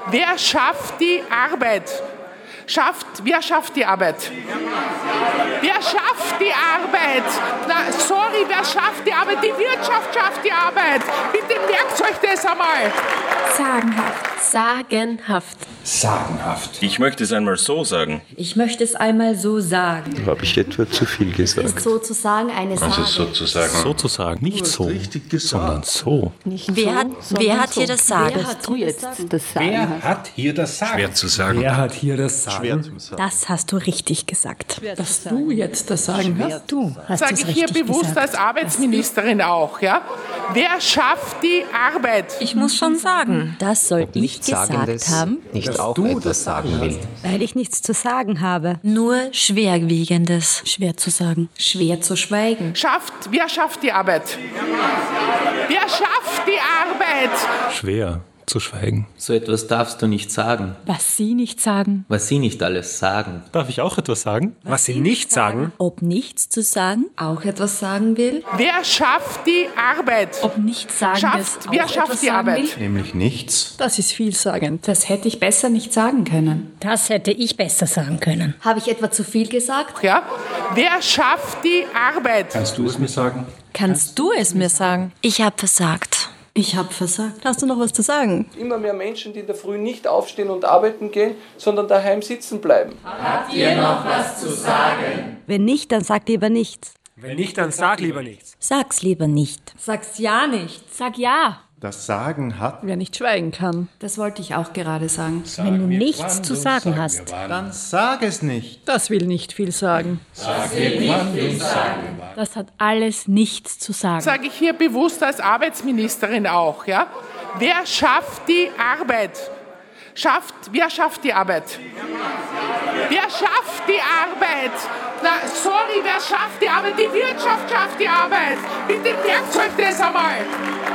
Wer schafft die Arbeit? Wer schafft die Arbeit? Wer schafft die Arbeit? Wer schafft die Arbeit? Die Wirtschaft schafft die Arbeit. Bitte merkt euch das einmal. Sagenhaft. Sagenhaft. Sagenhaft. Ich möchte es einmal so sagen. Ich möchte es einmal so sagen. Habe ich etwa zu viel gesagt? Ist sozusagen eine Sage. Sozusagen. Nicht so, sondern so. Wer hat hier das Sagen? Wer hat hier das Sagen? Schwer zu sagen. Wer hat hier das Sagen? Das hast du richtig gesagt. Dass du jetzt das Sagen hast. Du hast Sage es ich hier richtig bewusst gesagt. als Arbeitsministerin auch. Ja? Wer schafft die Arbeit? Ich muss schon sagen, das soll ich gesagt haben, Nicht auch etwas sagen will. weil ich nichts zu sagen habe. Nur Schwerwiegendes. Schwer zu sagen. Schwer zu schweigen. Wer schafft die Arbeit? Wer schafft die Arbeit? Schwer zu schweigen. So etwas darfst du nicht sagen, Was Sie nicht sagen. was sie nicht alles sagen. Darf ich auch etwas sagen? Was Sie nicht sagen? Ob nichts zu sagen auch etwas sagen will. Wer schafft die Arbeit? Ob nichts sagen Wer schafft die Arbeit? Nämlich nichts. Das ist vielsagend. Das hätte ich besser nicht sagen können. Das hätte ich besser sagen können. Habe ich etwa zu viel gesagt? Ja? Wer schafft die Arbeit? Kannst du es mir sagen? Kannst du es mir sagen? Ich habe versagt. Ich habe versagt. Hast du noch was zu sagen? Immer mehr Menschen, die in der Früh nicht aufstehen und arbeiten gehen, sondern daheim sitzen bleiben. Wenn nicht, dann sag lieber nichts. Wenn nicht, dann sag lieber nichts. Sag's lieber nicht. Sag's ja nicht. Sag ja. Das Sagen hat. Wer nicht schweigen kann. Das wollte ich auch gerade sagen. Wenn du nichts zu sagen hast. Dann sag es nicht. Das will nicht viel sagen. Das hat alles nichts zu sagen. Sage ich hier bewusst als Arbeitsministerin auch. Ja? Wer schafft die Arbeit? Wer schafft die Arbeit? Wer schafft die Arbeit? Wer schafft die Arbeit? Die Wirtschaft schafft die Arbeit. Bitte merkt euch das einmal.